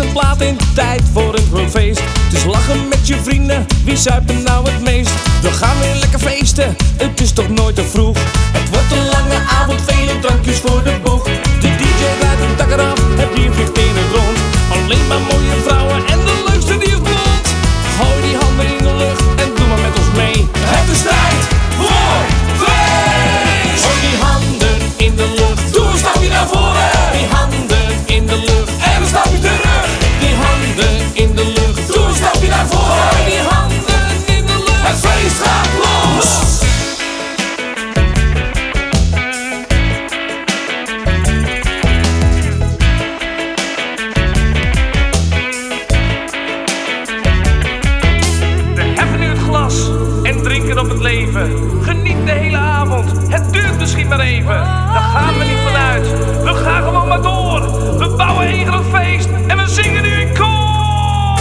een plaat in, tijd voor een groot feest. Dus lachen met je vrienden, wie zuipt er nou het meest? We gaan weer lekker feesten, het is toch nooit te vroeg. Het wordt een lange avond, vele drankjes voor de boeg. De DJ draait het dak eraf, het bier vliegt in het rond. Alleen maar mooie vrouwen en de leukste die is blond. Gooi die handen in de lucht en doe maar met ons mee. Het is tijd voor feest! Gooi die handen in de lucht, doe een stapje naar voren. Die handen in de lucht en een stapje terug. Die handen in de lucht, doe een stapje naar voren. Gooi die handen in de lucht, het feest gaat los! En drinken op het leven. Geniet de hele avond. Het duurt misschien maar even. Daar gaan we niet vanuit. We gaan gewoon maar door. We bouwen een groot feest. En we zingen nu in koor.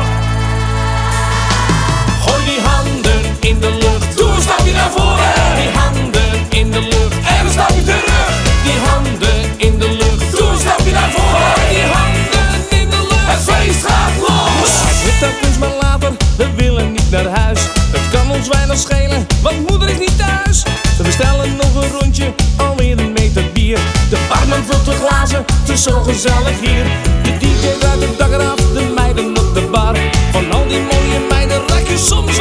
Gooi die handen in de lucht. Doe een stapje naar voren. Die handen in de lucht. En een stapje terug. Die handen in de lucht. Doe een stapje naar voren. Die handen in de lucht. Het feest gaat los. Het wordt telkens maar later. We willen niet naar huis. Het kan ons weinig schelen, want moeder is niet thuis. We bestellen nog een rondje, alweer een meter bier. De barman vult de glazen, het is zo gezellig hier. De DJ draait het dak eraf, de meiden op de bar. Van al die mooie meiden raak je soms